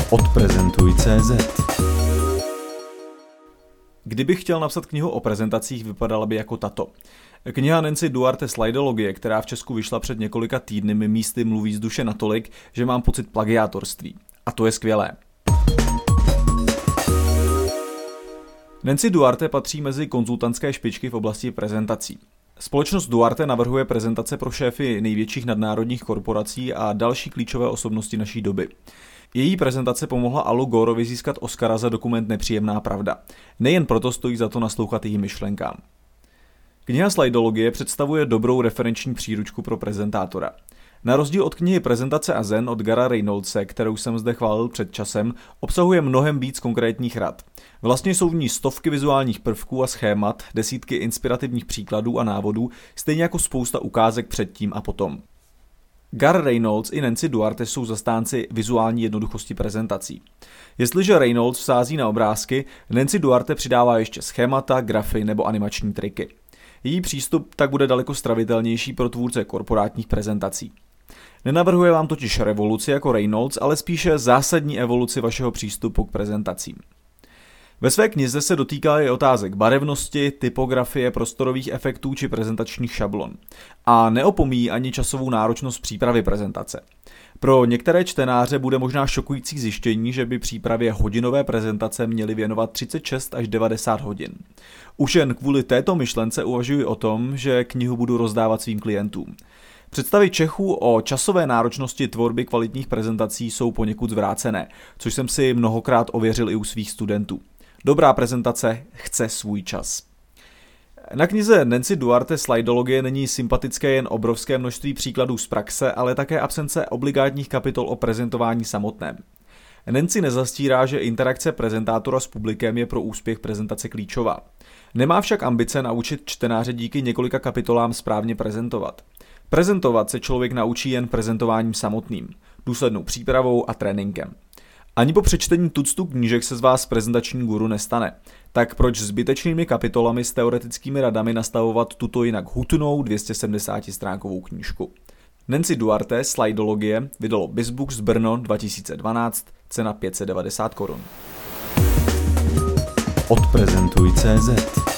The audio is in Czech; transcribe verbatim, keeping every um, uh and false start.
Odprezentuj tečka cé zet. Kdybych chtěl napsat knihu o prezentacích, vypadala by jako tato. Kniha Nancy Duarte Slajdologie, která v Česku vyšla před několika týdny, mi místy mluví z duše natolik, že mám pocit plagiátorství. A to je skvělé. Nancy Duarte patří mezi konzultantské špičky v oblasti prezentací. Společnost Duarte navrhuje prezentace pro šéfy největších nadnárodních korporací a další klíčové osobnosti naší doby. Její prezentace pomohla Alu Goreovi získat Oscara za dokument Nepříjemná pravda. Nejen proto stojí za to naslouchat jejím myšlenkám. Kniha Slajdologie představuje dobrou referenční příručku pro prezentátora. Na rozdíl od knihy Prezentace a zen od Gara Reynoldse, kterou jsem zde chválil před časem, obsahuje mnohem víc konkrétních rad. Vlastně jsou v ní stovky vizuálních prvků a schémat, desítky inspirativních příkladů a návodů, stejně jako spousta ukázek předtím a potom. Gar Reynolds i Nancy Duarte jsou zastánci vizuální jednoduchosti prezentací. Jestliže Reynolds vsází na obrázky, Nancy Duarte přidává ještě schémata, grafy nebo animační triky. Její přístup tak bude daleko stravitelnější pro tvůrce korporátních prezentací. Nenavrhuje vám totiž revoluci jako Reynolds, ale spíše zásadní evoluci vašeho přístupu k prezentacím. Ve své knize se dotýká i otázek barevnosti, typografie, prostorových efektů či prezentačních šablon. A neopomíjí ani časovou náročnost přípravy prezentace. Pro některé čtenáře bude možná šokující zjištění, že by přípravě hodinové prezentace měli věnovat třicet šest až devadesát hodin. Už jen kvůli této myšlence uvažuji o tom, že knihu budu rozdávat svým klientům. Představy Čechů o časové náročnosti tvorby kvalitních prezentací jsou poněkud zvrácené, což jsem si mnohokrát ověřil i u svých studentů. Dobrá prezentace chce svůj čas. Na knize Nancy Duarte Slajdologie není sympatické jen obrovské množství příkladů z praxe, ale také absence obligátních kapitol o prezentování samotném. Nancy nezastírá, že interakce prezentátora s publikem je pro úspěch prezentace klíčová. Nemá však ambice naučit čtenáře díky několika kapitolám správně prezentovat. Prezentovat se člověk naučí jen prezentováním samotným, důslednou přípravou a tréninkem. Ani po přečtení tuctu knížek se z vás prezentační guru nestane. Tak proč zbytečnými kapitolami s teoretickými radami nastavovat tuto jinak hutnou dvě stě sedmdesát stránkovou knížku? Nancy Duarte Slajdologie vydalo BizBooks Brno dva tisíce dvanáct, cena pět set devadesát korun. Odprezentuj tečka cé zet.